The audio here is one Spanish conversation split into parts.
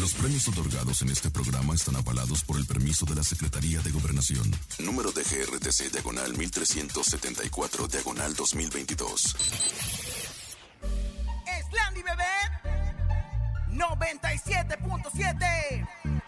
Los premios otorgados en este programa están avalados por el permiso de la Secretaría de Gobernación. Número de GRTC diagonal 1374 diagonal 2022. Landy Bebé 97.7.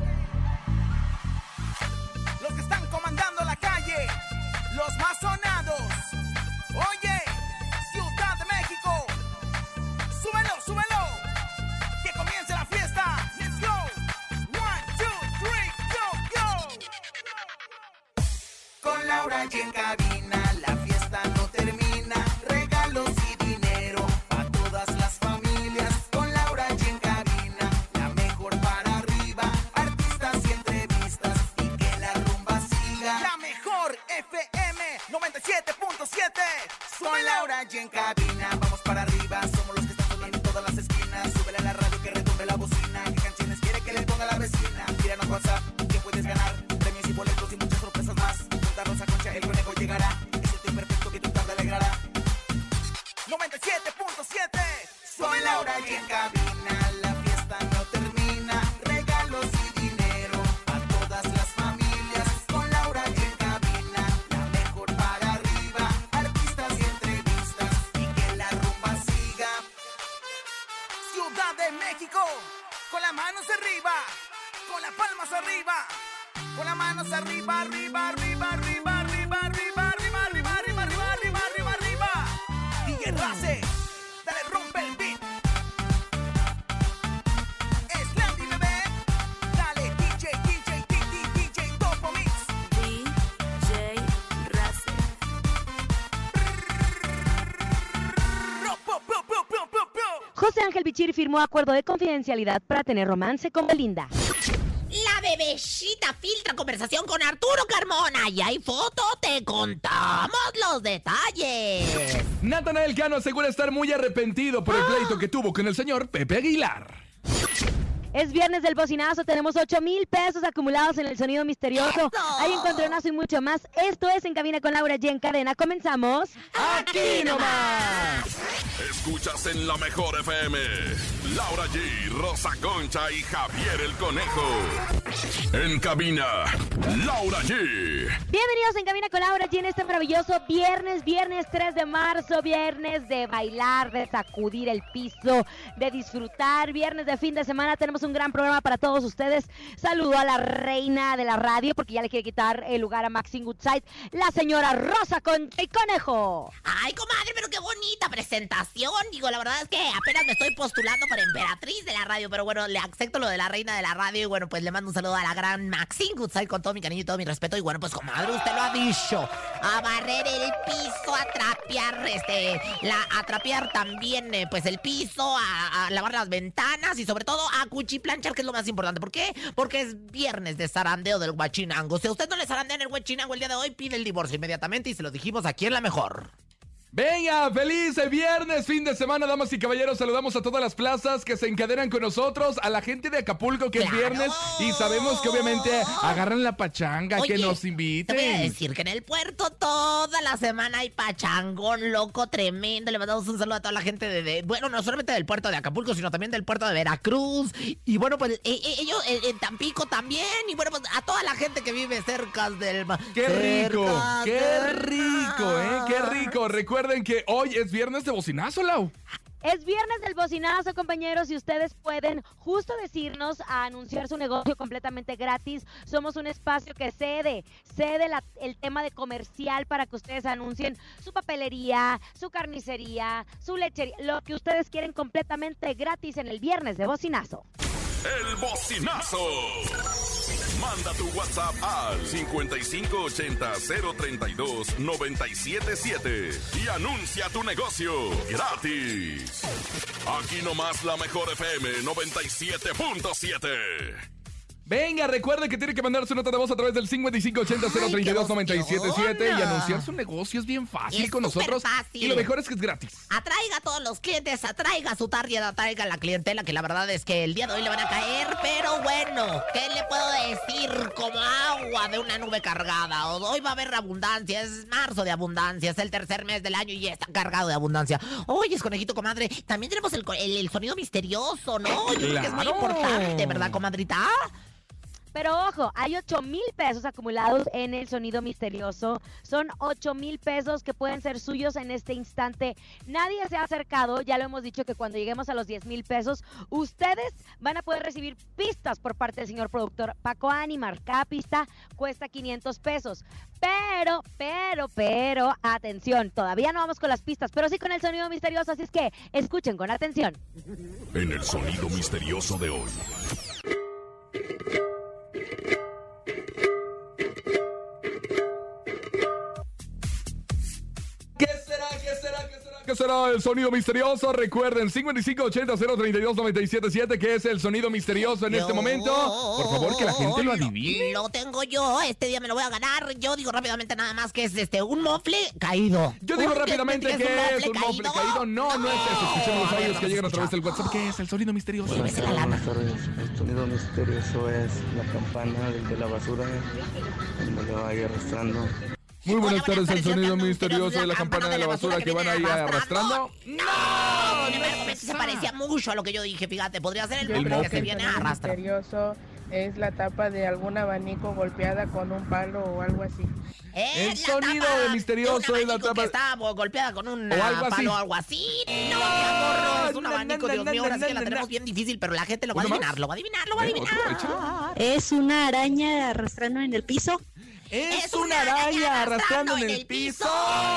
Los que están comandando la calle, los más sonados. Oye, Ciudad de México, súbelo, súbelo, que comience la fiesta. Let's go. 1, 2, 3, go, go. Con Laura y en cabina, la fiesta no termina. Regalos y dinero a todas las familias. Con Laura y en cabina, la mejor para arriba. Artistas y entrevistas y que la rumba siga. La mejor FM 97.7. Soy Laura y en cabina, vamos para arriba. Somos los que están sonando en todas las esquinas. Súbele a la radio que retumbe la bocina. ¿Qué canciones quiere que le ponga la vecina? Tíranos WhatsApp que puedes ganar premios y boletos y muchas sorpresas más. Junta Rosa Concha, el conejo llegará. Es el tiempo perfecto que tu tarde alegrará. 97.7. Soy Laura y en cabina, la fiesta no termina. Regalos y dinero a todas las familias. Con Laura y en cabina, la mejor para arriba. Artistas y entrevistas y que la rumba siga. Ciudad de México, con las manos arriba, con las palmas arriba, con las manos arriba, arriba, arriba, arriba, arriba, arriba, arriba, arriba, arriba, arriba, arriba, arriba, arriba. DJ Race, dale, rompe el beat. Es Landy Bebé, dale DJ Topo Mix. DJ Race. José Ángel Bichir firmó acuerdo de confidencialidad para tener romance con Belinda. La bebecita filtra conversación con Arturo Carmona y hay foto, te contamos los detalles. Natanael Cano asegura estar muy arrepentido por el pleito que tuvo con el señor Pepe Aguilar. Es viernes del bocinazo, tenemos 8,000 pesos acumulados en el sonido misterioso. ¡Eso! Hay encontronazo y mucho más. Esto es En Cabina con Laura G en cadena. Comenzamos. ¡Aquí nomás! Escuchas en la mejor FM. Laura G, Rosa Concha y Javier el Conejo. En cabina, Laura G. Bienvenidos En Cabina con Laura G en este maravilloso viernes 3 de marzo. Viernes de bailar, de sacudir el piso, de disfrutar. Viernes de fin de semana. Tenemos un gran programa para todos ustedes. Saludo a la reina de la radio, porque ya le quiere quitar el lugar a Maxine Goodside, la señora Rosa Concha y Conejo. Ay, comadre, pero qué bonita presentación. Digo, la verdad es que apenas me estoy postulando para emperatriz de la radio, pero bueno, le acepto lo de la reina de la radio y bueno, pues le mando un saludo a la gran Maxine Goodside con todo mi cariño y todo mi respeto. Y bueno, pues comadre, usted lo ha dicho. A barrer el piso, a trapear, a trapear también, pues el piso, a lavar las ventanas y sobre todo a cuchiplanchar, que es lo más importante. ¿Por qué? Porque es viernes de zarandeo del guachinango. Si a usted no le zarandea en el guachinango el día de hoy, pide el divorcio inmediatamente y se lo dijimos aquí en La Mejor. Venga, feliz viernes, fin de semana, damas y caballeros. Saludamos a todas las plazas que se encadenan con nosotros, a la gente de Acapulco que ¡Claro! es viernes y sabemos que obviamente agarran la pachanga. Oye, que nos te inviten. voy a decir que en el puerto toda la semana hay pachangón loco, tremendo. Le mandamos un saludo a toda la gente bueno, no solamente del puerto de Acapulco, sino también del puerto de Veracruz. Y bueno, pues ellos en Tampico también. Y bueno, pues a toda la gente que vive cerca del mar. ¡Qué rico! ¡Qué rico, qué rico! Recuerden que hoy es viernes de bocinazo, Lau. Es viernes del bocinazo, compañeros, y ustedes pueden justo decirnos a anunciar su negocio completamente gratis. Somos un espacio que cede el tema de comercial para que ustedes anuncien su papelería, su carnicería, su lechería, lo que ustedes quieren completamente gratis en el viernes de bocinazo. El bocinazo. Manda tu WhatsApp al 5580-032-977 y anuncia tu negocio gratis. Aquí nomás La Mejor FM 97.7. Venga, recuerde que tiene que mandar su nota de voz a través del 5580-032-977 y anunciar su negocio. Es bien fácil Es con nosotros. superfácil. Y lo mejor es que es gratis. Atraiga a todos los clientes, atraiga a su target, atraiga a la clientela, que la verdad es que el día de hoy le van a caer, pero bueno, ¿qué le puedo decir? Como agua de una nube cargada. Hoy va a haber abundancia, es marzo de abundancia, es el tercer mes del año y ya está cargado de abundancia. Oye, conejito, comadre, también tenemos el sonido misterioso, ¿no? Yo creo que es muy ¡Claro! importante, ¿verdad, comadrita? Pero ojo, hay 8,000 pesos acumulados en el sonido misterioso. Son 8,000 pesos que pueden ser suyos en este instante. Nadie se ha acercado, ya lo hemos dicho que cuando lleguemos a los 10,000 pesos, ustedes van a poder recibir pistas por parte del señor productor Paco Animar. Cada pista cuesta 500 pesos. Pero, atención, todavía no vamos con las pistas, pero sí con el sonido misterioso, así es que escuchen con atención. En el sonido misterioso de hoy. ¿Qué será el sonido misterioso? Recuerden, 5580-032-977, que es el sonido misterioso en este momento. Por favor, que la gente lo adivine. Lo tengo yo, este día me lo voy a ganar. Yo digo rápidamente nada más que es un mofle caído. Yo digo Uy, rápidamente que es un mofle caído. No, no es eso. Escuchemos los audios que llegan a través del WhatsApp. ¿Qué es el sonido misterioso? Buenas tardes. Buenas tardes. El sonido misterioso es la campana del de la basura, cuando le va a ir arrastrando. Muy buenas tardes, el sonido acercando misterioso ustedes de la campana de la basura que van a ir arrastrando. ¡No! Primeramente se parecía mucho a lo que yo dije, fíjate, podría ser el El mofle que mofle. se viene a arrastrar. Misterioso es la tapa de algún abanico golpeada con un palo o algo así. El La sonido tapa de misterioso un es la abanico tapa- que está golpeada con un O algo así. palo o algo así. No, mi amor, no, es un abanico, Dios mío, ahora sí que la tenemos bien difícil, pero la gente lo va a ¿Uno adivinar, más? lo va a adivinar, lo va a adivinar. Otro, échalo. Es una araña arrastrando en el piso. Es una araña arrastrando en el piso.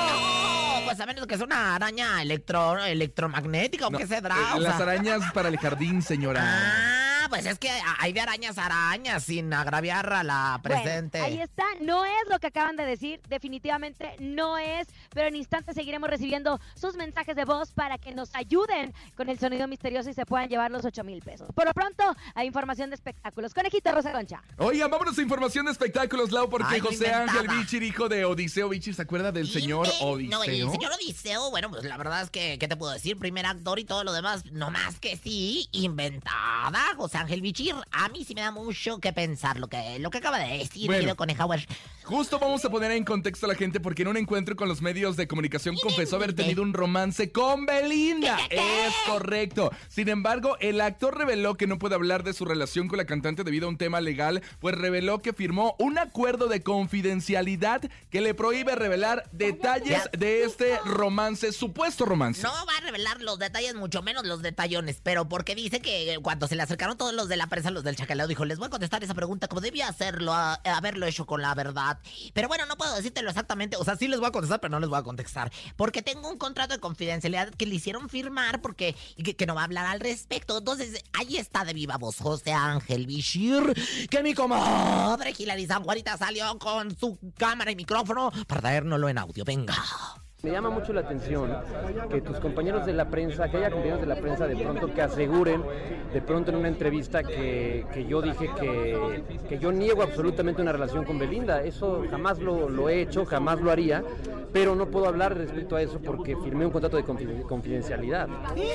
No, pues a menos que sea una araña electromagnética o No, qué se será. o las sea. arañas para el jardín, señora. Ah, pues es que hay de arañas a arañas, sin agraviar a la presente. Bueno, ahí está, no es lo que acaban de decir, definitivamente no es, pero en instantes seguiremos recibiendo sus mensajes de voz para que nos ayuden con el sonido misterioso y se puedan llevar los 8,000 pesos. Por lo pronto, hay información de espectáculos. Conejito Rosa Concha. Oigan, vámonos a información de espectáculos, Lau, porque Ay, no José inventada. Ángel Bichir, hijo de Odiseo Bichir, ¿se acuerda del señor Odiseo? No, el señor Odiseo, bueno, pues la verdad es que, ¿qué te puedo decir? Primer actor y todo lo demás, no más que sí, inventada, José Ángel Bichir. A mí sí me da mucho que pensar lo que acaba de decir, Bueno. querido Conejauer. Justo vamos a poner en contexto a la gente porque en un encuentro con los medios de comunicación confesó haber tenido un romance con Belinda. Es correcto. Sin embargo, el actor reveló que no puede hablar de su relación con la cantante debido a un tema legal, pues reveló que firmó un acuerdo de confidencialidad que le prohíbe revelar detalles de este romance, supuesto romance. No va a revelar los detalles, mucho menos los detallones, pero porque dice que cuando se le acercaron todos los de la prensa, los del chacaleo, dijo, les voy a contestar esa pregunta como debía hacerlo, haberlo hecho con la verdad. Pero bueno, no puedo decírtelo exactamente, o sea, sí les voy a contestar, pero no les voy a contestar, porque tengo un contrato de confidencialidad que le hicieron firmar porque que no va a hablar al respecto. Entonces, ahí está de viva voz José Ángel Bichir, que mi comadre Hilary San Juanita salió con su cámara y micrófono para traérnoslo en audio. Venga. Me llama mucho la atención que tus compañeros de la prensa, que haya compañeros de la prensa de pronto que aseguren, de pronto en una entrevista que yo dije que yo niego absolutamente una relación con Belinda. Eso jamás lo he hecho, jamás lo haría, pero no puedo hablar respecto a eso porque firmé un contrato de confidencialidad.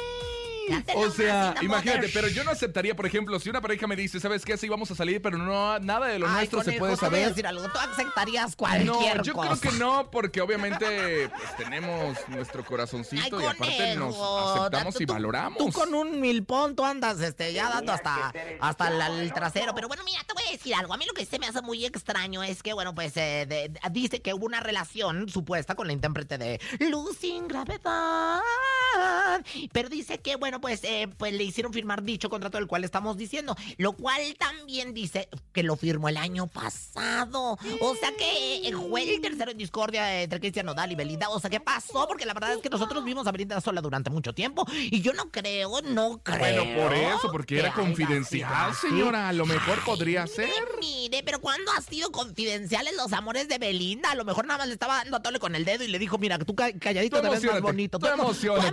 O sea, imagínate, pero yo no aceptaría, por ejemplo, si una pareja me dice, ¿sabes qué? Sí, vamos a salir, pero no, nada de lo nuestro se puede Te voy a saber. decir algo, tú aceptarías cualquier No, yo cosa. creo que no, porque obviamente pues, tenemos nuestro corazoncito y aparte nos aceptamos y valoramos. Tú con un milpón, tú andas ya dando hasta el trasero. Pero bueno, mira, te voy a decir algo. A mí lo que se me hace muy extraño es que, bueno, pues dice que hubo una relación supuesta con la intérprete de Luz sin gravedad. Pero dice que, bueno, pues le hicieron firmar dicho contrato del cual estamos diciendo. Lo cual también dice que lo firmó el año pasado. O sea que fue el tercero en discordia entre Cristian Nodal y Belinda. O sea, ¿qué pasó? Porque la verdad es que nosotros vimos a Belinda sola durante mucho tiempo. Y yo no creo. Bueno, por eso, porque era que haya confidencial, sido así. señora. A lo mejor podría ser. Mire, pero ¿cuándo han sido confidenciales los amores de Belinda? A lo mejor nada más le estaba dando a tole con el dedo y le dijo, mira, tú calladito te ves más bonito. Tú emocionate.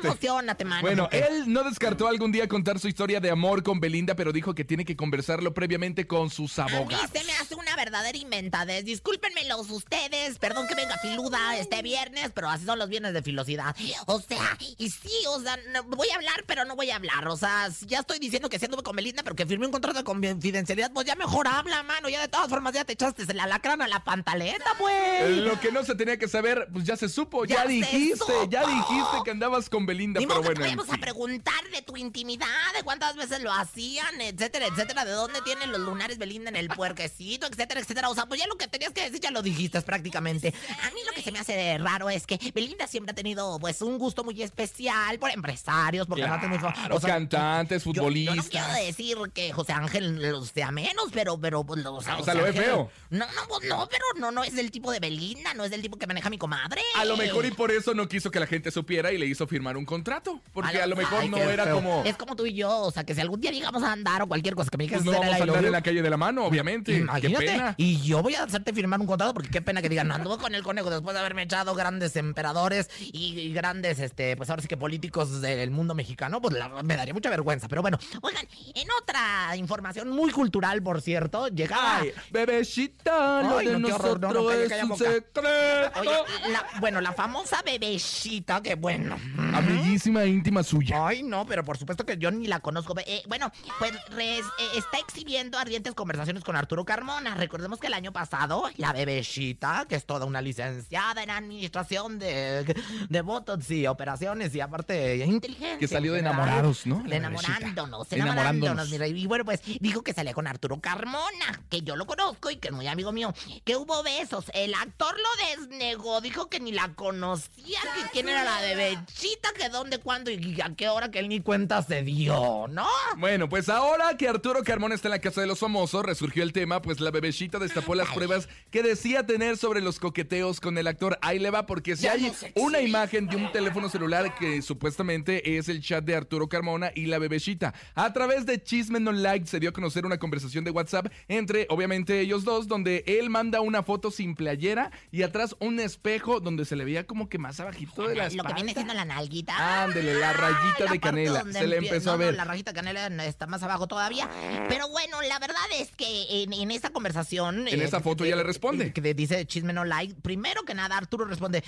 emocionate, mano. Bueno, porque- él no descartó algún día contar su historia de amor con Belinda, pero dijo que tiene que conversarlo previamente con sus A mí abogados. se me hace una verdadera inventadez. Discúlpenmelos ustedes. Perdón que venga filuda este viernes, pero así son los viernes de filosidad. O sea, y sí, o sea, no, voy a hablar, pero no voy a hablar. O sea, ya estoy diciendo que sí anduve con Belinda, pero que firmé un contrato de confidencialidad, pues ya mejor habla, mano. Ya de todas formas ya te echaste el alacrán a la pantaleta, pues. Lo que no se tenía que saber, pues ya se supo, Ya ya se dijiste supo. que andabas con Belinda, Ni pero modo que bueno. te en vayamos a fin. preguntar de tu intimidad, de cuántas veces lo hacían, etcétera, etcétera, de dónde tienen los lunares Belinda en el puerquecito, etcétera, etcétera. O sea, pues ya lo que tenías que decir ya lo dijiste prácticamente. A mí lo que se me hace raro es que Belinda siempre ha tenido, pues, un gusto muy especial por empresarios, porque no hace muy Claro, cantantes, Yo no futbolistas. quiero decir que José Ángel los sea menos, pero pues, O sea, lo ve Ángel- feo. No, pues no, pero no es del tipo de Belinda, no es del tipo que maneja mi comadre. A lo mejor y por eso no quiso que la gente supiera y le hizo firmar un contrato. Porque a lo mejor Ay, no qué era feo. como... Es como tú y yo, o sea, que si algún día llegamos a andar o cualquier cosa que me digas Pues no hacer vamos a el I andar love en la you, calle de la mano, obviamente. imagínate. Qué pena. Y yo voy a hacerte firmar un contrato porque qué pena que digan, no, anduve con el conejo después de haberme echado grandes emperadores y grandes, pues ahora sí que políticos del mundo mexicano, pues me daría mucha vergüenza. Pero bueno, oigan, en otra información muy cultural, por cierto, llegaba... Ay, bebecita, lo Ay, de no, qué horror, nosotros no, calla, es calla un boca. secreto. Oye, la famosa bebecita, que bueno. Amiguísima íntima suya. Ay, no, pero por supuesto que yo ni la conozco. Bueno, pues está exhibiendo ardientes conversaciones con Arturo Carmona. Recordemos que el año pasado, la bebecita, que es toda una licenciada en administración de votos y operaciones y aparte inteligencia. Que salió de en general. enamorados, ¿no? De La enamorándonos, bebecita. enamorándonos, mi rey. Y bueno, pues dijo que salía con Arturo Carmona, que yo lo conozco y que es muy amigo mío. Que hubo besos. El actor lo desnegó, dijo que ni la conocía, que quién era la bebecita, que dónde, cuándo y a qué hora, que él ni cuenta se dio, ¿no? Bueno, pues ahora que Arturo Carmona está en la casa de los famosos, resurgió el tema, pues la bebecita destapó las pruebas que decía tener sobre los coqueteos con el actor. Ahí le va, porque si Ya hay no sé. una imagen de un teléfono celular que supuestamente es el chat de Arturo Carmona y la bebecita. A través de Chisme No Like se dio a conocer una conversación de WhatsApp entre, obviamente, ellos dos, donde él manda una foto sin playera y atrás un espejo donde se le veía como que más abajito de la Lo que espalda. viene siendo la nalguita. Ándele, la rayita Ay, la de parte canela. donde Se le empezó a ver. la rayita de canela está más abajo todavía. Pero bueno, la verdad es que en esa conversación... En esa foto ya le responde. Que dice Chisme No Like. Primero que nada, Arturo responde,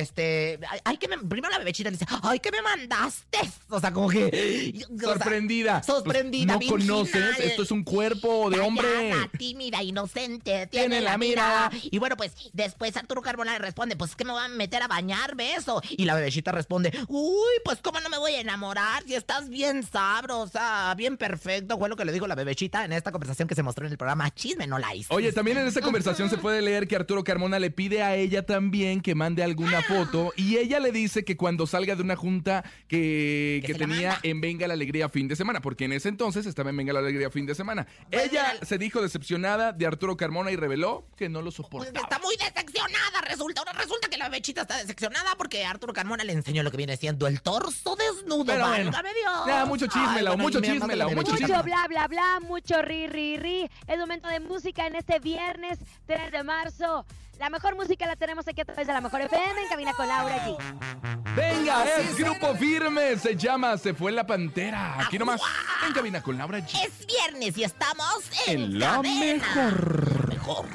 primero la bebechita le dice, ay, ¿qué me mandaste? O sea, como que... o sea, Sorprendida. sorprendida, Pues, no virginal. conoces, esto es un cuerpo de hombre. Callada, tímida, inocente, tiene la mirada. Y bueno, pues después Arturo Carmona le responde, pues es que me voy a meter a bañar, beso. Y la bebecita responde, uy, pues cómo no me voy a enamorar si estás bien sabrosa, bien perfecto. Fue lo que le dijo la bebecita en esta conversación que se mostró en el programa Chisme No Like. Oye, también en esa conversación se puede leer que Arturo Carmona le pide a ella también que mande alguna foto y ella le dice que cuando salga de una junta que se la tenía manda. en Venga la Alegría fin de semana, porque en ese entonces estaba en Venga la Alegría fin de semana. Pues Ella mira, se dijo decepcionada de Arturo Carmona y reveló que no lo Pues soportaba. está muy decepcionada, resulta que la bebechita está decepcionada porque Arturo Carmona le enseñó lo que viene siendo el torso desnudo. Pero bueno, válgame Dios. ya, mucho chisme, Lau, mucho mira, chisme, no Lau, te mucho metas. chisme. Mucho bla, bla, bla, mucho ri. Es momento de música en este viernes 3 de marzo. La mejor música la tenemos aquí a través de la Mejor FM en Cabina con Laura G. Venga, es Grupo Firme, se llama Se Fue la Pantera. Aquí nomás, en Cabina con Laura G. Es viernes y estamos en En la cadena. mejor. Mejor.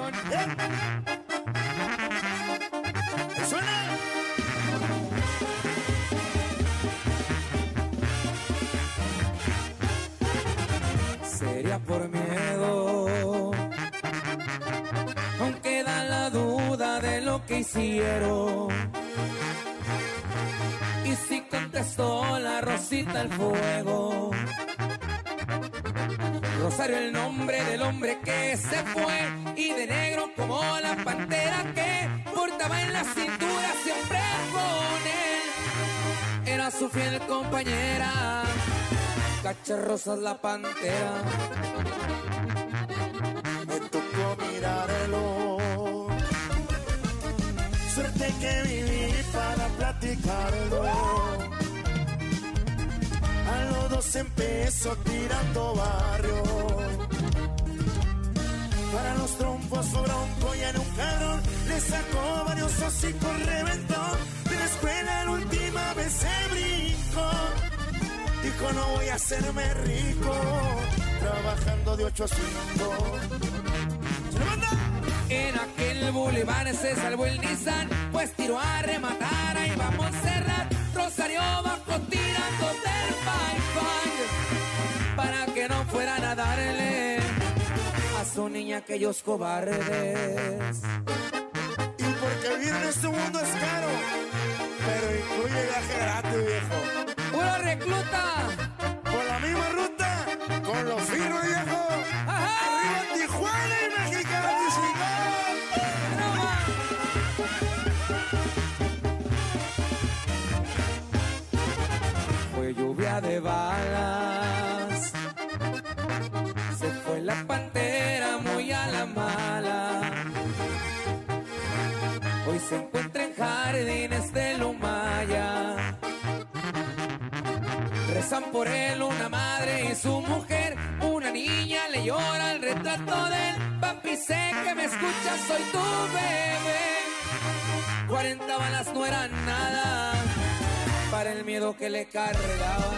Sería por miedo, aunque da la duda de lo que hicieron. Y si contestó la Rosita al fuego, Rosario el nombre del hombre que se fue, y de negro como la pantera que portaba en la cintura siempre con él. Era su fiel compañera, Cacharrosa la pantera. Me tocó mirarlo, suerte que viví para platicarlo. A los dos empezó tirando barrio, para los trompos sobró un collar en un carrón, le sacó varios hocicos, reventó, de escuela la última vez se brincó. Dijo no voy a hacerme rico, trabajando de 8 a 5. En aquel bulevar se salvó el Nissan, pues tiró a rematar, ahí vamos a cerrar. Rosario bajo tirando del bye para que no fueran a darle a su niña aquellos cobardes. Y porque vivir en este mundo es caro, pero incluye viaje gratis, viejo. ¡Puro recluta! Por la misma ruta, con los firmes, viejo. ¡Ajá! ¡Arriba Tijuana y Mexicali! Fue lluvia de balas, se fue la pantera muy a la mala. Hoy se encuentra en jardines de Lumaya. Rezan por él una madre y su mujer. Una niña le llora el retrato del papi. Sé que me escuchas, soy tu bebé. 40 balas no eran nada para el miedo que le cargaban.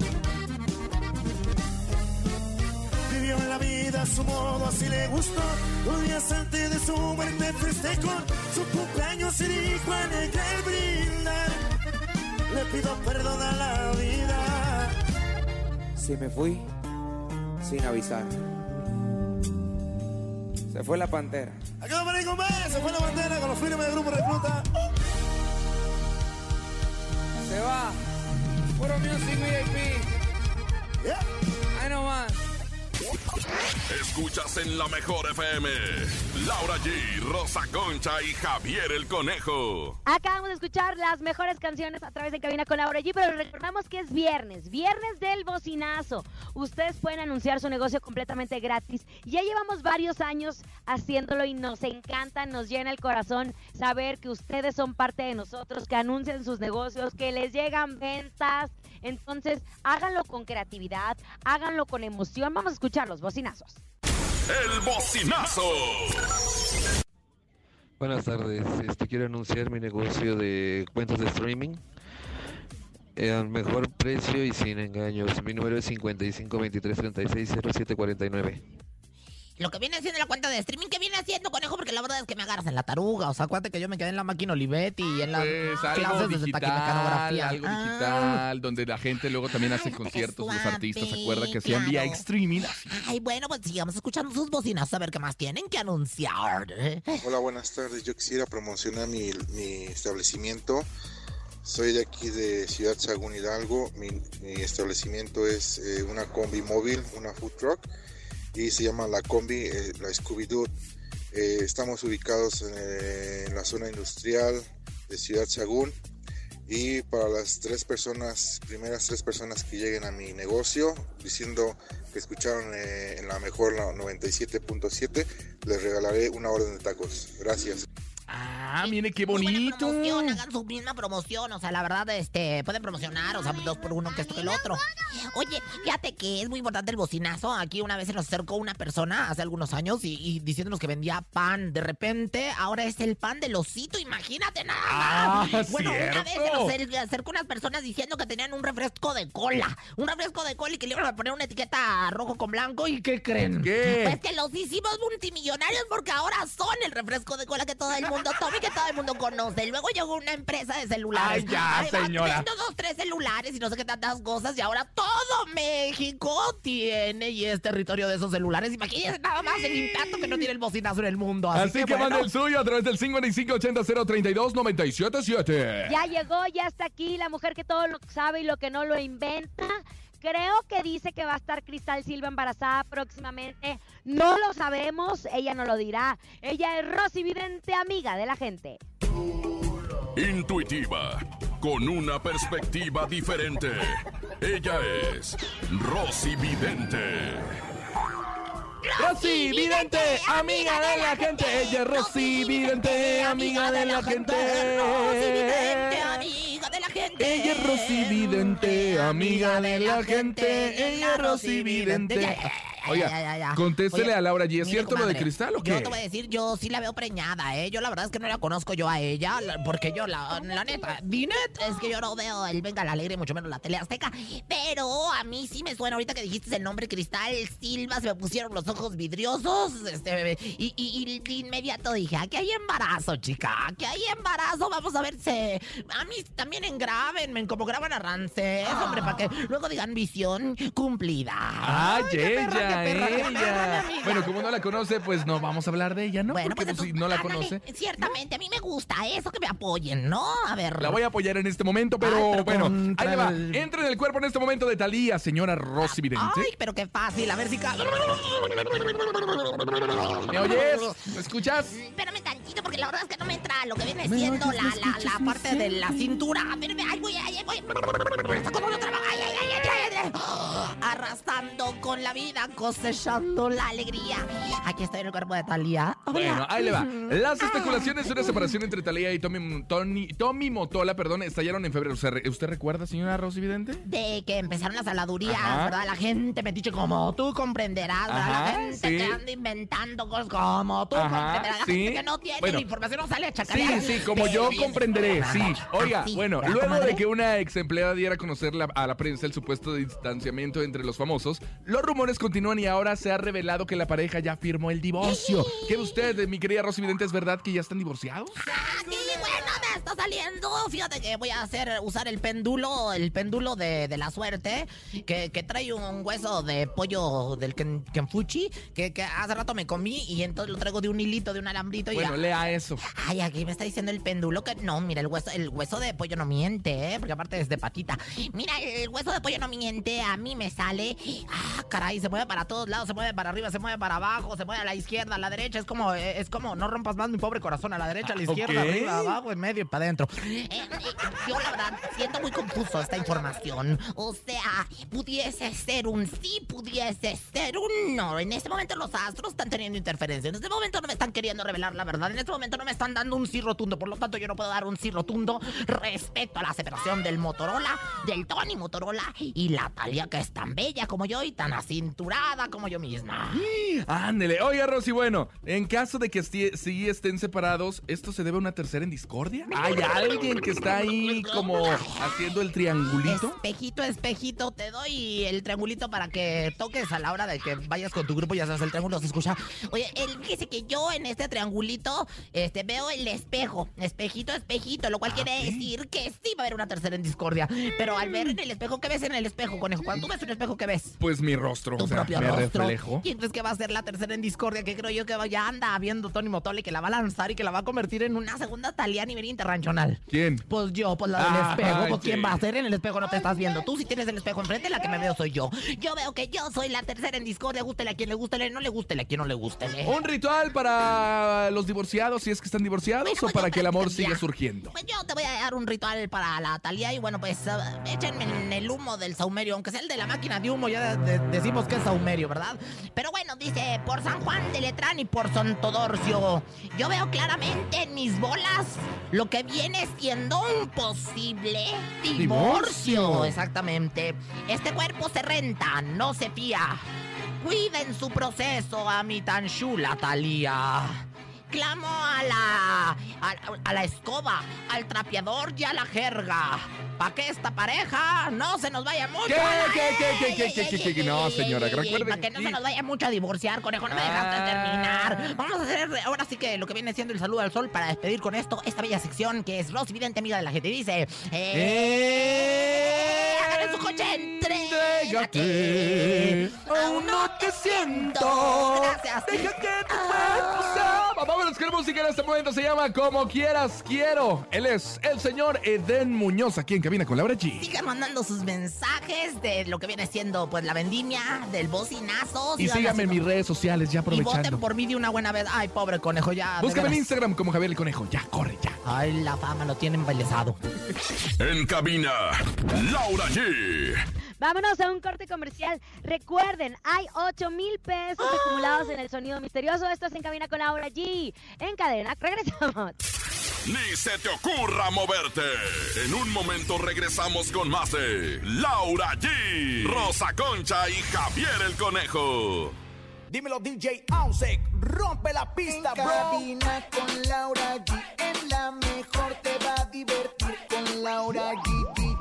Vivió en la vida a su modo, así le gustó. 2 días antes de su muerte festejó su cumpleaños y dijo a negar el brindar. Le pido perdón a la vida. Si me fui sin avisar. Se fue la pantera. Acá para con más, se fue la pantera con los firmes del grupo Recluta. Se va. Puro Music VIP. Yeah. Ahí nomás. Escuchas en la mejor FM. Laura G, Rosa Concha y Javier el Conejo. Acabamos de escuchar las mejores canciones a través de Cabina con Laura G, pero recordamos que es viernes del bocinazo. Ustedes pueden anunciar su negocio completamente gratis. Ya llevamos varios años haciéndolo y nos encanta, nos llena el corazón saber que ustedes son parte de nosotros, que anuncian sus negocios, que les llegan ventas. Entonces, háganlo con creatividad, háganlo con emoción. Vamos a escuchar los bocinazos. El bocinazo. Buenas tardes, quiero anunciar mi negocio de cuentas de streaming al mejor precio y sin engaños. Mi número es 55 23 36 07 49. Lo que viene haciendo la cuenta de streaming, ¿qué viene haciendo, Conejo? Porque la verdad es que me agarras en la taruga. O sea, acuérdate que yo me quedé en la máquina Olivetti y en las clases de taquimecanografía. Algo digital, donde la gente luego también hace conciertos, los artistas, ¿se acuerdan que hacían vía streaming? Ay, bueno, pues sigamos escuchando sus bocinas a ver qué más tienen que anunciar. Hola, buenas tardes. Yo quisiera promocionar mi establecimiento. Soy de aquí de Ciudad Sagún, Hidalgo. Mi establecimiento es una combi móvil, una food truck. Y se llama La Combi, la Scooby-Doo. Estamos ubicados en la zona industrial de Ciudad Sagún. Y para las primeras tres personas que lleguen a mi negocio, diciendo que escucharon en la mejor 97.7, les regalaré una orden de tacos. Gracias. Ah, mire qué bonito. Hagan su misma promoción, o sea, la verdad, pueden promocionar, o sea, 2 por 1 que esto que el otro. Oye, fíjate que es muy importante el bocinazo. Aquí una vez se nos acercó una persona hace algunos años y diciéndonos que vendía pan. De repente, ahora es el pan del osito, imagínate nada más. Bueno, cierto. Una vez se nos acercó unas personas diciendo que tenían un refresco de cola. Un refresco de cola y que le iban a poner una etiqueta rojo con blanco. ¿Y qué creen? ¿Qué? Pues que los hicimos multimillonarios porque ahora son el refresco de cola que todo el mundo toma y que todo el mundo conoce. Luego llegó una empresa de celulares. Ay, ya, señora. Vendiendo 2, 3 celulares y no sé qué tantas cosas. Y ahora todo México tiene y es territorio de esos celulares. Imagínense nada más el impacto que no tiene el bocinazo en el mundo. Así que mande el suyo a través del 5580-032-977. Ya llegó, ya está aquí la mujer que todo lo sabe y lo que no lo inventa. Creo que dice que va a estar Cristal Silva embarazada próximamente. No lo sabemos, ella no lo dirá. Ella es Rosy Vidente, amiga de la gente. Intuitiva, con una perspectiva diferente. Ella es Rosy Vidente. Rosy Vidente, amiga de la gente. Ella es Rosy Vidente, amiga de la gente. Rosy Vidente, amiga de la gente. Ella es Rosy Vidente, amiga de la gente. Ella es Rosy Vidente. Oiga, contéstele a Laura G. ¿Es cierto lo de Cristal o qué? Yo te voy a decir, yo sí la veo preñada, ¿eh? Yo la verdad es que no la conozco yo a ella, porque yo, la neta, Dinet, es que yo no veo el Venga la Alegre, mucho menos la Tele Azteca, pero a mí sí me suena, ahorita que dijiste el nombre Cristal Silva, se me pusieron los ojos vidriosos, y de inmediato dije, aquí hay embarazo, chica, aquí hay embarazo, vamos a ver si... A mí también engrábenme, como graban a Rancés, hombre, para que luego digan visión cumplida. ¡Ay, ella! Bueno, como no la conoce, pues no vamos a hablar de ella, ¿no? Bueno, porque pues si no la conoce... Ciertamente, a mí me gusta eso, que me apoyen, ¿no? A ver... La voy a apoyar en este momento, pero bueno, ahí le va. Entra en el cuerpo en este momento de Thalía, señora Rosy Vidente. Ay, pero qué fácil, a ver si... ¿Me oyes? ¿Me escuchas? Espérame tantito, porque la verdad es que no me entra lo que viene siendo la parte de la cintura. Espérame, ahí voy. Arrasando con la vida, cosechando la alegría. Aquí estoy en el cuerpo de Thalía. Bueno, ahí le va. Las especulaciones de una separación entre Thalía y Tommy Motola, estallaron en febrero. ¿Usted recuerda, señora Rosy Vidente? De que empezaron las habladurías, ¿verdad? La gente metiche como tú comprenderás, ¿verdad? La gente que anda inventando cosas como tú comprenderás. La gente que no tiene la información no sale a chacarear. Sí, como yo comprenderé, sí. Oiga, bueno, luego de que una ex empleada diera a conocer a la prensa el supuesto distanciamiento entre los famosos, los rumores continúan y ahora se ha revelado que la pareja ya firmó el divorcio. ¿Qué usted, mi querida Rosy Vidente, es verdad que ya están divorciados? Sí, bueno, me está saliendo. Fíjate que voy a usar el péndulo de la suerte, que trae un hueso de pollo del Kenfuchi, que hace rato me comí y entonces lo traigo de un hilito, de un alambrito. Bueno, lea eso. Ay, aquí me está diciendo el péndulo que no, mira, el hueso de pollo no miente, porque aparte es de patita. Mira, el hueso de pollo no miente, a mí me sale. Caray, se mueve para todos lados, se mueve para arriba, se mueve para abajo, se mueve a la izquierda, a la derecha. Es como no rompas más mi pobre corazón, a la derecha, a la izquierda, arriba, abajo, en medio y para adentro. Yo la verdad siento muy confuso esta información. O sea, pudiese ser un sí, pudiese ser un no. En este momento los astros están teniendo interferencia. En este momento no me están queriendo revelar la verdad. En este momento no me están dando un sí rotundo. Por lo tanto, yo no puedo dar un sí rotundo respecto a la separación del Motorola, del Tony Motorola y la Thalía, que es tan bella como yo y tan acinturada como yo misma. Ándele. Oiga, Rosy, bueno, en caso de que sí estén separados, ¿esto se debe a una tercera en discordia? ¿Hay alguien que está ahí como haciendo el triangulito? Espejito, te doy el triangulito para que toques a la hora de que vayas con tu grupo, ya sabes, el triángulo se escucha. Oye, fíjese que yo en este triangulito veo el espejo, espejito, lo cual quiere decir que sí va a haber una tercera en discordia. Pero al ver en el espejo, ¿qué ves en el espejo, conejo? Cuando tú ves un espejo, ¿qué ves? Pues mi rostro, tu propio me rostro. reflejo. Y entonces, ¿qué va a ser la tercera en discordia? Que creo yo que ya anda viendo Tony Motola y que la va a lanzar y que la va a convertir en una segunda Thalía a nivel internacional. ¿Quién? Pues yo, pues la del espejo. Pues ¿quién va a ser? En el espejo no te estás viendo. Tú, si tienes el espejo enfrente, la que me veo soy yo. Yo veo que yo soy la tercera en discordia. Gústele a quien le gústele, no le gústele a quien no le gústele. ¿Un ritual para los divorciados, si es que están divorciados, o para que el amor siga surgiendo? Pues yo te voy a dar un ritual para la Thalía y bueno, pues échenme en el humo del saumerio, aunque sea el de la máquina de humo, ya decimos que es saumerio, ¿verdad? Pero bueno, dice, por San Juan de Letrán y por Santo Dorcio, yo veo claramente en mis bolas lo que viene siendo un posible divorcio. Exactamente. Este cuerpo se renta, no se fía. Cuiden su proceso a mi tan chula Thalía. Clamo a la escoba, al trapeador y a la jerga, para que esta pareja no se nos vaya mucho. ¿Qué? No, señora, recuerde. Para que no se nos vaya mucho a divorciar, conejo, no me dejaste terminar. Vamos a hacer ahora sí que lo que viene siendo el saludo al sol para despedir con esto esta bella sección que es Rosy Vidente, amiga de la gente. Dice... Agarren su coche, entrégate. Aún no te siento. Gracias. Deja que tu cuerpo sea. Vámonos, que música en este momento se llama Como Quieras Quiero. Él es el señor Eden Muñoz, aquí en Cabina con Laura G. Sigan mandando sus mensajes de lo que viene siendo pues la vendimia, del bocinazo. Y síganme en mis redes sociales, ya aprovechando. Y voten por mí de una buena vez. Ay, pobre conejo, ya. Búscame en Instagram como Javier el Conejo. Ya, corre, ya. Ay, la fama lo tienen bailezado. En cabina, Laura G. Vámonos a un corte comercial. Recuerden, hay 8,000 pesos acumulados en el sonido misterioso. Esto es En Cabina con Laura G. En cadena, regresamos. ni se te ocurra moverte. En un momento regresamos con más de Laura G, Rosa Concha y Javier el Conejo. Dímelo DJ Ausek, rompe la pista, bro. Cabina con Laura G, en la mejor te va a divertir con Laura G.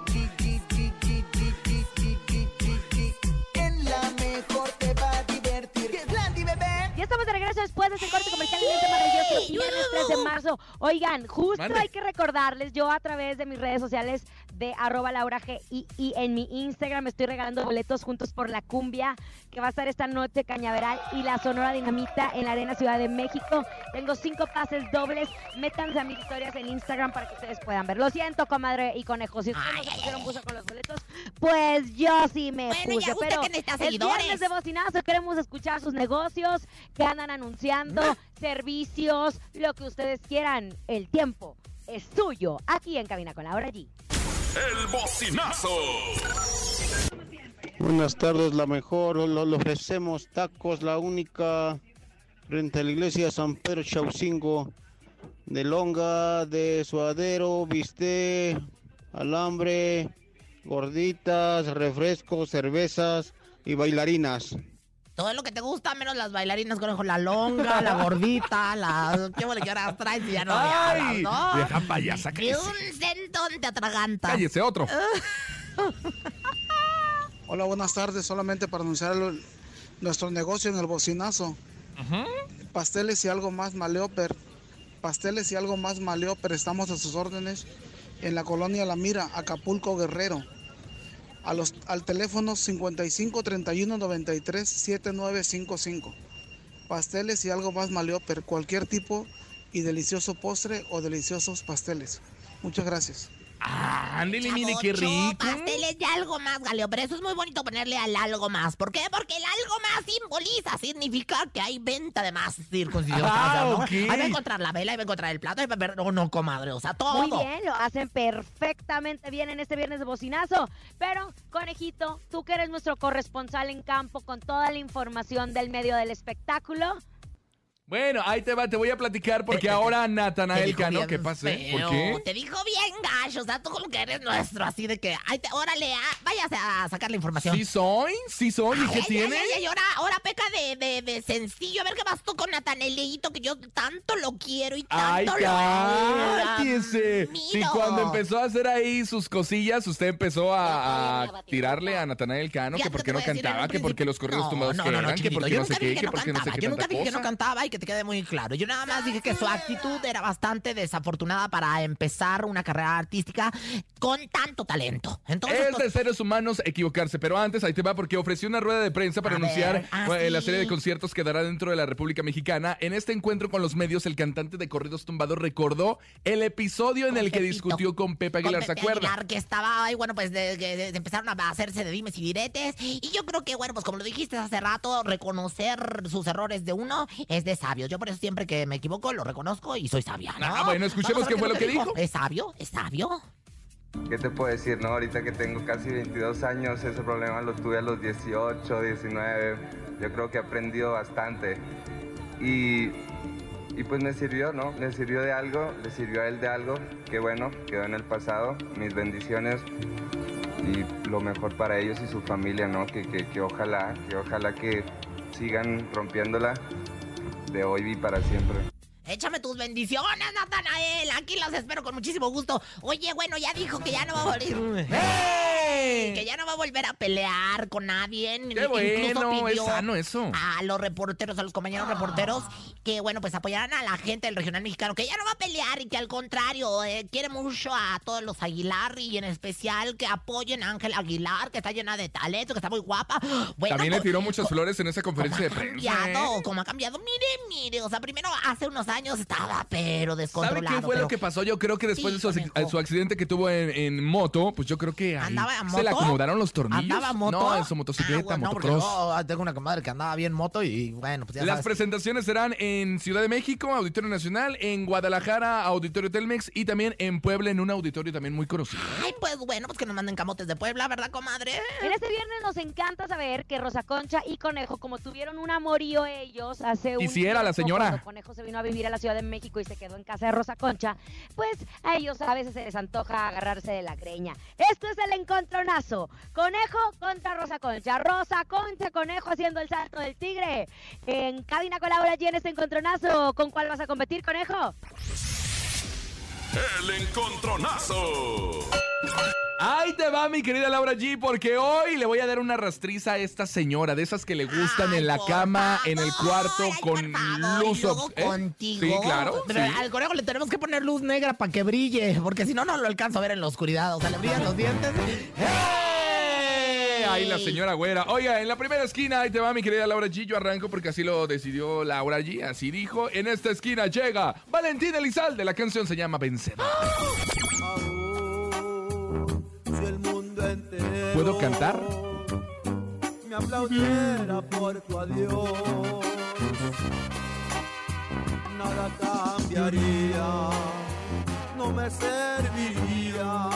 En la mejor te va a divertir. ¿Qué es Landy, bebé? Ya estamos de regreso después de este corte comercial en este maravilloso viernes 3 de marzo. Oigan, justo hay que recordarles, yo a través de mis redes sociales de @LauraG y en mi Instagram estoy regalando boletos juntos por la cumbia que va a estar esta noche Cañaveral y la Sonora Dinamita en la Arena Ciudad de México. Tengo 5 pases dobles. Métanse a mis historias en Instagram para que ustedes puedan ver. Lo siento, comadre y conejo. Si ustedes no se pusieron buzo con los boletos, pues yo sí me puse. Pero el viernes de bocinazo queremos escuchar sus negocios que andan anunciando, servicios, lo que ustedes quieran. El tiempo es suyo aquí en Cabina con Laura G. El bocinazo. Buenas tardes, la mejor. Le ofrecemos tacos, la única, frente a la iglesia de San Pedro Chaucingo, de longa, de suadero, bistec, alambre, gorditas, refrescos, cervezas y bailarinas. Todo lo que te gusta, menos las bailarinas, conejo. La longa, la gordita, la... ¿Qué huele que ahora traes y ya no me hablas, no? Vieja payasa, que un centón te atraganta. Cállese, otro. Hola, buenas tardes. Solamente para anunciar nuestro negocio en el bocinazo. Pasteles y algo más Maleoper. Pasteles y algo más Maleoper. Estamos a sus órdenes en la colonia La Mira, Acapulco, Guerrero. Al teléfono 55 31 93 7955. Pasteles y algo más Maleoper. Cualquier tipo y delicioso postre o deliciosos pasteles. Muchas gracias. Ándele, mire qué rico. Pasteles y algo más, Galeo, pero eso es muy bonito ponerle al algo más. ¿Por qué? Porque el algo más simboliza, significa que hay venta de más circuncisión. Okay. Ahí va a encontrar la vela, ahí va a encontrar el plato, ahí va a ver, no, comadre, o sea, todo. Muy bien, lo hacen perfectamente bien en este viernes de bocinazo. Pero, conejito, tú que eres nuestro corresponsal en campo con toda la información del medio del espectáculo. Bueno, ahí te va, te voy a platicar porque ahora Natanael Cano, ¿qué pasó? ¿Por qué? Te dijo bien gacho, o sea, tú como que eres nuestro, así de que, órale, váyase a sacar la información. Sí soy, ¿y qué tiene? Ahora peca de sencillo, a ver qué pasó con Natanaelito, que yo tanto lo quiero y tanto lo cállese. Sí, cuando empezó a hacer ahí sus cosillas, usted empezó a tirarle a Natanael Cano, que porque no cantaba, que porque los corridos tumbados que eran, que porque no sé qué, que porque no sé qué. Yo nunca dije que no cantaba y que te quede muy claro. Yo nada más dije que su actitud era bastante desafortunada para empezar una carrera artística con tanto talento. Entonces, es de seres humanos equivocarse, pero antes ahí te va porque ofreció una rueda de prensa para anunciar la serie de conciertos que dará dentro de la República Mexicana. En este encuentro con los medios, el cantante de corridos tumbados recordó el episodio en el que discutió con Pepe Aguilar, ¿se acuerda? Aguilar, que estaba ahí, bueno, pues de empezaron a hacerse de dimes y diretes. Y yo creo que, bueno, pues como lo dijiste hace rato, reconocer sus errores de uno es de sabios. Yo por eso siempre que me equivoco lo reconozco y soy sabia, ¿no? Bueno, escuchemos qué fue lo que dijo. ¿Es sabio? ¿Qué te puedo decir, no? Ahorita que tengo casi 22 años, ese problema lo tuve a los 18, 19. Yo creo que he aprendido bastante. Y pues me sirvió, ¿no? Le sirvió de algo, le sirvió a él de algo. Qué bueno, quedó en el pasado. Mis bendiciones y lo mejor para ellos y su familia, ¿no? Que ojalá que sigan rompiéndola de hoy y para siempre. Échame tus bendiciones, Natanael. Aquí las espero con muchísimo gusto. Oye, bueno, ya dijo que ya no va a volver. ¡Hey! Que ya no va a volver a pelear con nadie. ¡Qué bueno! Es sano eso. A los reporteros, a los compañeros reporteros, que, bueno, pues apoyarán a la gente del regional mexicano, que ya no va a pelear y que al contrario, quiere mucho a todos los Aguilar y en especial que apoyen a Ángel Aguilar, que está llena de talento, que está muy guapa. Bueno, también le tiró muchas flores en esa conferencia de prensa. ¿Cómo ha cambiado? Mire, o sea, primero hace unos años estaba pero descontrolado. ¿Sabe qué fue lo que pasó? Yo creo que después de su accidente que tuvo en moto, pues yo creo que ahí andaba Se le acomodaron los tornillos. ¿Andaba moto? No, en su motocicleta, No, porque motocross. yo tengo una comadre que andaba bien moto y bueno, pues ya Las sabes. presentaciones serán en Ciudad de México, Auditorio Nacional, en Guadalajara, Auditorio Telmex y también en Puebla, en un auditorio también muy conocido. Ay, pues bueno, pues que nos manden camotes de Puebla, ¿verdad, comadre? En este viernes nos encanta saber que Rosa Concha y Conejo, como tuvieron un amorío ellos hace un Y si era la tiempo, señora. cuando Conejo se vino a vivir a la Ciudad de México y se quedó en casa de Rosa Concha, pues a ellos a veces se les antoja agarrarse de la greña. Esto es el encontronazo. Conejo contra Rosa Concha. Rosa Concha, Conejo haciendo el salto del tigre. En cabina con Laura G en este encontronazo. ¿Con cuál vas a competir, Conejo? El encontronazo. Ahí te va, mi querida Laura G, porque hoy le voy a dar una rastriza a esta señora, de esas que le gustan en la cama, en el cuarto, con luz. Contigo. Sí, claro. Pero sí. al conejo le tenemos que poner luz negra para que brille, porque si no, no lo alcanzo a ver en la oscuridad. O sea, le brillan los dientes. Ahí la señora güera. Oiga, en la primera esquina, ahí te va, mi querida Laura G. Yo arranco porque así lo decidió Laura G. Así dijo. En esta esquina llega Valentín Elizalde. La canción se llama Vencedor. Si el mundo entero ¿Puedo cantar? me aplaudiera por tu adiós, nada cambiaría, no me serviría.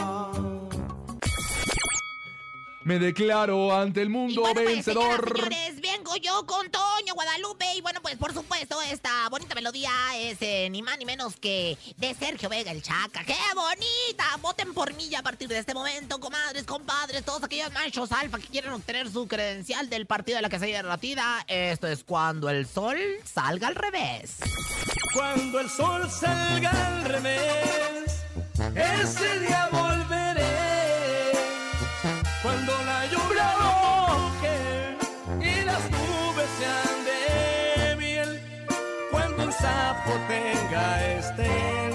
Me declaro ante el mundo Bueno, pues, vencedor. señoras, señores, vengo yo con Toño Guadalupe. Y bueno, pues por supuesto, esta bonita melodía es ni más ni menos que de Sergio Vega el Chaca. ¡Qué bonita! Voten por mí ya a partir de este momento, comadres, compadres, todos aquellos machos alfa que quieren obtener su credencial del partido de la quesadilla derretida. Esto es Cuando el sol salga al revés. Cuando el sol salga al revés, ese día volveré. Cuando la lluvia moje y las nubes sean de miel, cuando el sapo tenga estrés,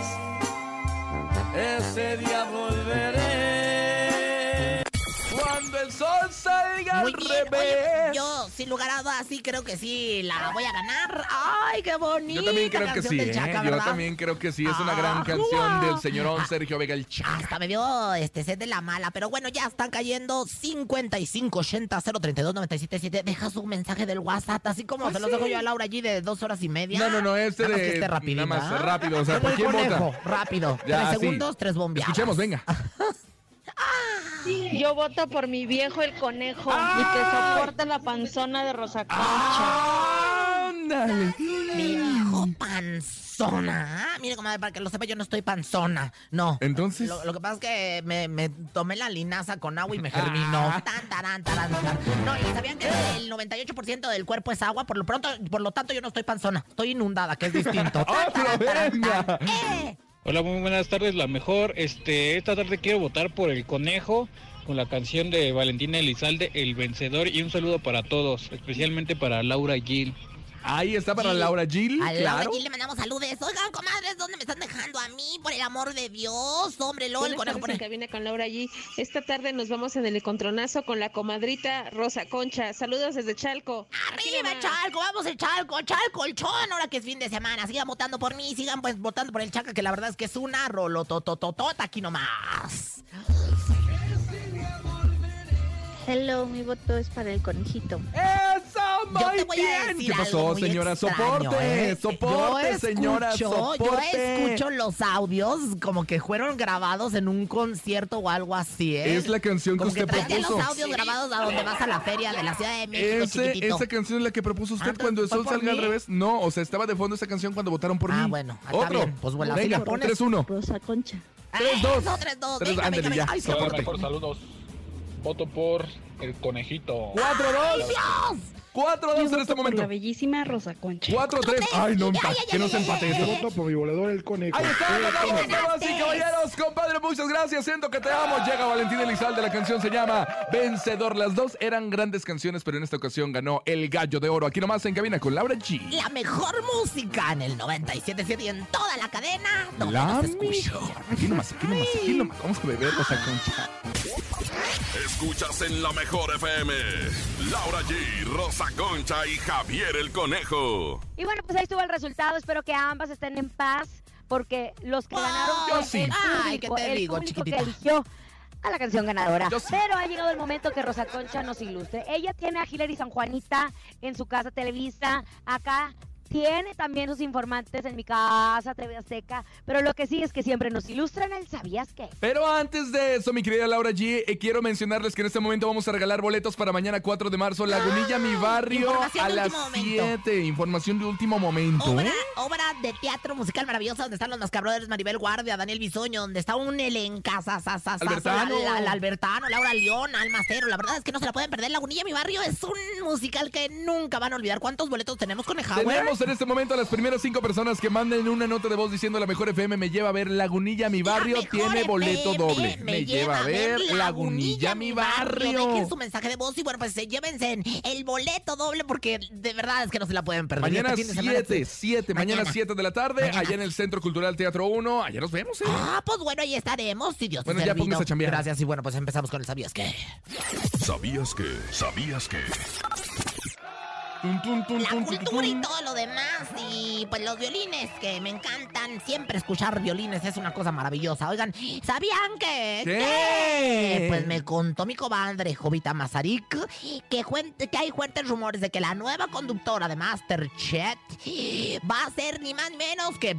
ese día volveré. Cuando el sol salga al Muy bien, revés. oye, yo sin lugar a dudas sí creo que sí la voy a ganar. ¡Ay, qué bonita! Yo también creo que canción sí, del Chaca, Yo ¿verdad? también creo que sí. Es una gran canción del señorón Sergio Vega el Chaca. Hasta me dio sed de la mala, pero bueno, ya están cayendo 5580-032-977. Deja su mensaje del WhatsApp, así como se los dejo yo a Laura G de 2 horas y media. No, este Nada más de... que esté rapidito, nada más ¿ah? rápido, o sea, Como ¿por el quién conejo, vota? rápido. Ya, 3 sí. segundos, 3 bombeadas. Escuchemos, venga. Yo voto por mi viejo el conejo y que soporte la panzona de Rosa Concha. ¡Ándale! Mi hijo panzona. Mire, comadre, para que lo sepa, yo no estoy panzona. No. Entonces. Lo que pasa es que me tomé la linaza con agua y me germinó. Tan, tarán, tarán, tarán. No, y sabían que el 98% del cuerpo es agua. Por lo tanto, yo no estoy panzona. Estoy inundada, que es distinto. ¡Otro, venga! Hola, muy buenas tardes, la mejor. Esta tarde quiero votar por el conejo con la canción de Valentina Elizalde, El Vencedor, y un saludo para todos, especialmente para Laura Gil. Ahí está para Laura Gil, A Laura claro. Gil le mandamos saludos. Oigan, comadres, ¿dónde me están dejando a mí? Por el amor de Dios, hombre, LOL. Buenas tardes en cabina con Laura G. Esta tarde nos vamos en el encontronazo con la comadrita Rosa Concha. Saludos desde Chalco. ¡Arriba, Chalco! ¡Vamos el Chalco! ¡Chalco, el chón! Ahora que es fin de semana. Sigan votando por mí, sigan pues votando por el Chaca, que la verdad es que es una rolotototota aquí nomás. Hello, mi voto es para el conejito. ¡Eso! Yo te ¡Muy voy a bien! decir ¿Qué pasó, algo muy señora? extraño, ¡Soporte! ¡Soporte, señora! Yo ¡Soporte! escucho los audios como que fueron grabados en un concierto o algo así, ¿eh? Es la canción que como usted traen propuso. los audios grabados a donde vas a la feria de la Ciudad de México, chiquitito. Esa canción es la que propuso usted Entonces, cuando el ¿fue sol por salga al mí? revés. No, o sea, estaba de fondo esa canción cuando votaron por mí. Bueno, está Otro. bien. Pues bueno, así Venga, le pones. 3-1. Rosa Concha. 3-2. 3-2. Tres, Venga, ándale, venga, ya. venga. Ay, Soporte. soporte. Por saludos. Voto por el conejito. 4-2. 4-2 en este momento. La bellísima Rosa Concha. 4-3. Ay, no, que no se empate esto. Voto por mi volador el conejo. Ahí está, ganamos, damas y caballeros. Compadre, muchas gracias. Siento que te amo. Llega Valentín Elizalde. La canción se llama Vencedor. Las dos eran grandes canciones, pero en esta ocasión ganó el Gallo de Oro. Aquí nomás en cabina con Laura G. La mejor música en el 97.7 y en toda la cadena. Donde La nos escuche. mejor. Aquí nomás. Vamos a beber Rosa Concha. Escuchas en la mejor FM. Laura G, Rosa Concha y Javier el Conejo. Y bueno, pues ahí estuvo el resultado. Espero que ambas estén en paz, porque los que ganaron Yo fue sí. el Ay, ¿qué te el digo, público que chiquitita? eligió a la canción ganadora. Pero ha llegado el momento que Rosa Concha nos ilustre. Ella tiene a Hilary San Juanita en su casa Televisa, acá tiene también sus informantes en mi casa, TV Azteca, pero lo que sí es que siempre nos ilustran el ¿sabías qué? Pero antes de eso, mi querida Laura G, quiero mencionarles que en este momento vamos a regalar boletos para mañana 4 de marzo, Lagunilla, mi barrio, a las 7. Información de último momento. Obra de teatro musical maravillosa, donde están los Mascabrothers, Maribel Guardia, Daniel Bisoño, donde está un elencazo, Albertano, Laura León, Alma Cero. La verdad es que no se la pueden perder. Lagunilla, mi barrio es un musical que nunca van a olvidar. ¿Cuántos boletos tenemos con Ejauer? Tenemos en este momento a las primeras 5 personas que manden una nota de voz diciendo la mejor FM me lleva a ver Lagunilla, mi barrio, tiene boleto doble. Me lleva a ver Lagunilla, mi barrio. Dejen su mensaje de voz y bueno, pues llévense el boleto doble porque de verdad es que no se la pueden perder. Mañana 7, mañana 7 de la tarde, allá en el Centro Cultural Teatro 1. Allá nos vemos, pues bueno, ahí estaremos. Si Dios bueno, ya póngase a chambear. Gracias y bueno, pues empezamos con el ¿sabías qué? ¿Sabías qué? ¿Sabías qué? La cultura y todo lo demás. Y pues los violines, que me encantan. Siempre escuchar violines es una cosa maravillosa. Oigan, ¿sabían que? ¿Qué? Pues me contó mi comadre Jovita Mazarik que hay fuertes rumores de que la nueva conductora de MasterChef va a ser ni más ni menos que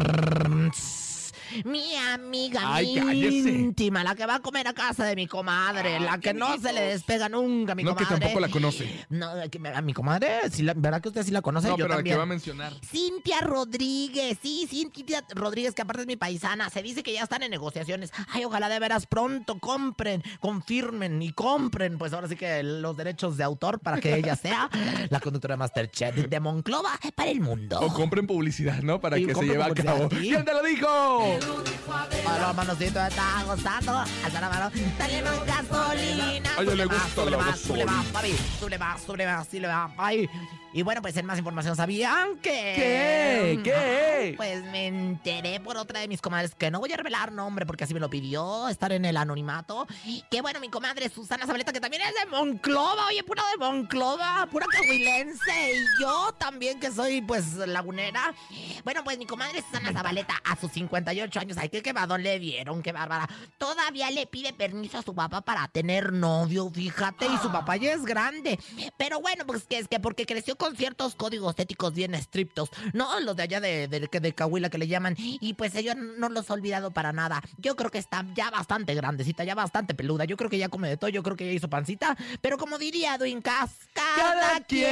mi amiga íntima, la que va a comer a casa de mi comadre, la que no se le despega nunca a mi comadre. No, que tampoco la conoce. No, a mi comadre, ¿verdad que usted sí la conoce? No, yo pero también. la que va a mencionar. Cintia Rodríguez, Cintia Rodríguez, que aparte es mi paisana. Se dice que ya están en negociaciones. Ay, ojalá de veras pronto confirmen y compren, pues ahora sí que los derechos de autor para que ella sea la conductora de MasterChef de Monclova para el mundo. O compren publicidad, ¿no? Para que se lleve a cabo. ¿Quién te lo dijo? Hola, Manocito, está gozando. Alza la mano. Dale más gasolina. A ella le gusta la gasolina. Sube más, sí le va. Ay. Y bueno, pues en más información, ¿sabían que? ¿Qué? Pues me enteré por otra de mis comadres, que no voy a revelar nombre porque así me lo pidió, estar en el anonimato. Que bueno, mi comadre Susana Zabaleta, que también es de Monclova, oye, pura de Monclova, pura coahuilense. Y yo también, que soy pues lagunera. Bueno, pues mi comadre Susana Zabaleta, a sus 58 años, ay, qué quebadón le vieron, qué bárbara. Todavía le pide permiso a su papá para tener novio, fíjate, y su papá ya es grande. Pero bueno, pues que es que porque creció con ciertos códigos éticos bien estrictos, ¿no? Los de allá de Coahuila que le llaman, y pues ella no los ha olvidado para nada. Yo creo que está ya bastante grandecita, ya bastante peluda. Yo creo que ya come de todo, yo creo que ya hizo pancita, pero como diría Edwin Cass, cada quien.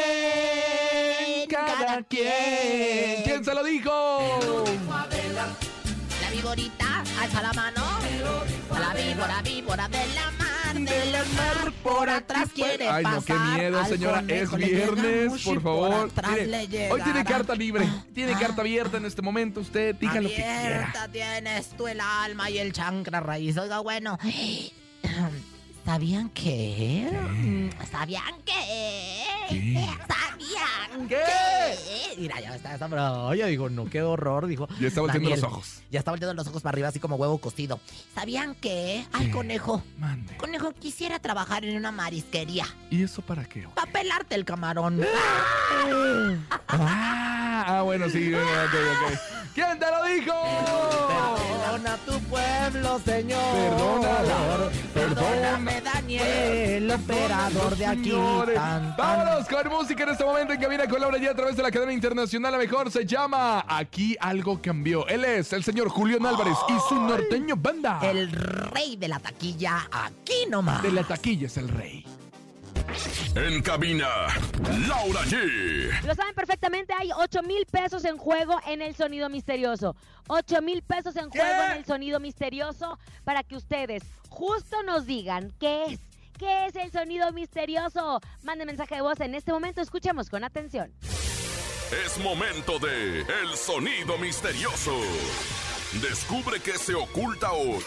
¿Quién se lo dijo? La víborita, alza la mano. La víbora de la mar. Por atrás quiere pasar. Ay, no, qué miedo, señora. Es viernes, por favor. Mire, hoy tiene carta libre. Tiene carta abierta en este momento. Usted diga lo que quiera. Abierta tienes tú el alma y el chancra raíz. Oiga, bueno. ¿Sabían qué? ¿Sabían qué? ¿Sabían qué? Mira, ya está, pero oye, digo, no, qué horror, dijo. Ya está volteando los ojos. Ya está volteando los ojos para arriba, así como huevo cocido. ¿Sabían qué? Ay, conejo. Mande. Conejo, quisiera trabajar en una marisquería. ¿Y eso para qué? Para pelarte el camarón. Bueno, sí, ok. ¿Quién te lo dijo? Perdona tu pueblo, señor. Perdóname, Daniel, el operador de aquí. Vámonos con música en este momento en cabina con Laura G a través de la cadena internacional. La mejor se llama Aquí Algo Cambió. Él es el señor Julián Álvarez y su norteño banda. El rey de la taquilla, aquí nomás. De la taquilla es el rey. En cabina, Laura G. Lo saben perfectamente, hay 8,000 pesos en juego en el sonido misterioso. 8,000 pesos en juego en el sonido misterioso para que ustedes justo nos digan qué es. ¿Qué es el sonido misterioso? Manden mensaje de voz en este momento, escuchemos con atención. Es momento de El Sonido Misterioso. Descubre qué se oculta hoy.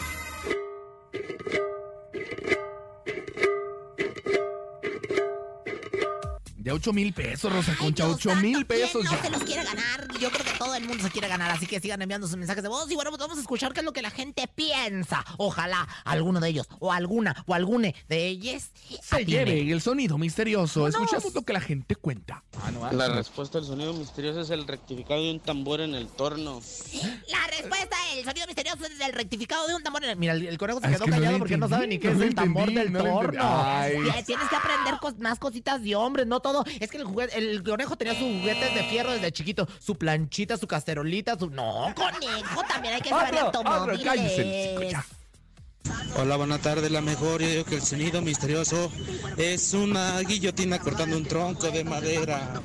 De 8,000 pesos, Rosa Concha, 8,000 pesos. ¿Quién no se los quiere ganar? Yo creo que todo el mundo se quiere ganar, así que sigan enviando sus mensajes de voz. Y bueno, pues vamos a escuchar qué es lo que la gente piensa. Ojalá alguno de ellos, o alguna, o algune de ellas se lleve el sonido misterioso. Escuchemos lo que la gente cuenta. La respuesta del sonido misterioso es el rectificado de un tambor en el torno. La respuesta del sonido misterioso es el rectificado de un tambor en el... Mira, el conejo se quedó callado porque no sabe ni qué es el tambor del torno. Tienes que aprender más cositas de hombres, no todo. Es que el conejo tenía sus juguetes de fierro desde chiquito. Su planchita, su cacerolita, su... No, conejo, también hay que saber de automóviles. Hola, buenas tardes, la mejor. Yo digo que el sonido misterioso es una guillotina cortando un tronco de madera.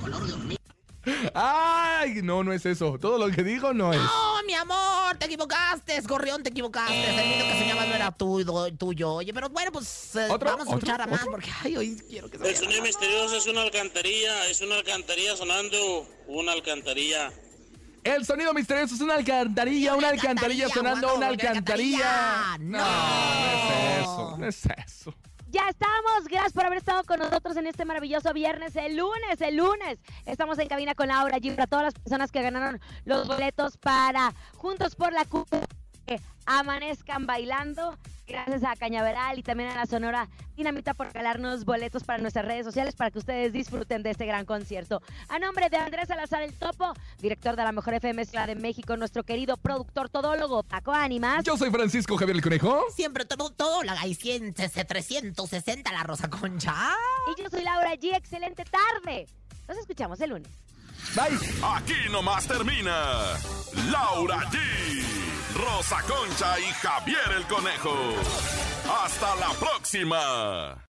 ¡Ay! No es eso. Todo lo que digo no es. No, mi amor, te equivocaste, gorrión, te equivocaste. El niño que soñabas no era tuyo. Oye, pero bueno, pues vamos a escuchar a más porque hoy quiero que se El sonido misterioso es una alcantarilla sonando una alcantarilla. El sonido misterioso es una alcantarilla sonando una alcantarilla. No es eso. Ya estamos, gracias por haber estado con nosotros en este maravilloso viernes, el lunes. Estamos en cabina con Laura G. Para todas las personas que ganaron los boletos para Juntos por la Cuba, que amanezcan bailando. Gracias a Cañaveral y también a la Sonora Dinamita por regalarnos boletos para nuestras redes sociales para que ustedes disfruten de este gran concierto. A nombre de Andrés Salazar el Topo, director de la Mejor FM Ciudad de México, nuestro querido productor todólogo Paco Ánimas. Yo soy Francisco Javier el Conejo. Siempre todo la gaisiense 360 la Rosa Concha. Y yo soy Laura G. Excelente tarde. Nos escuchamos el lunes. Bye. Aquí nomás termina Laura G, Rosa Concha y Javier el Conejo. ¡Hasta la próxima!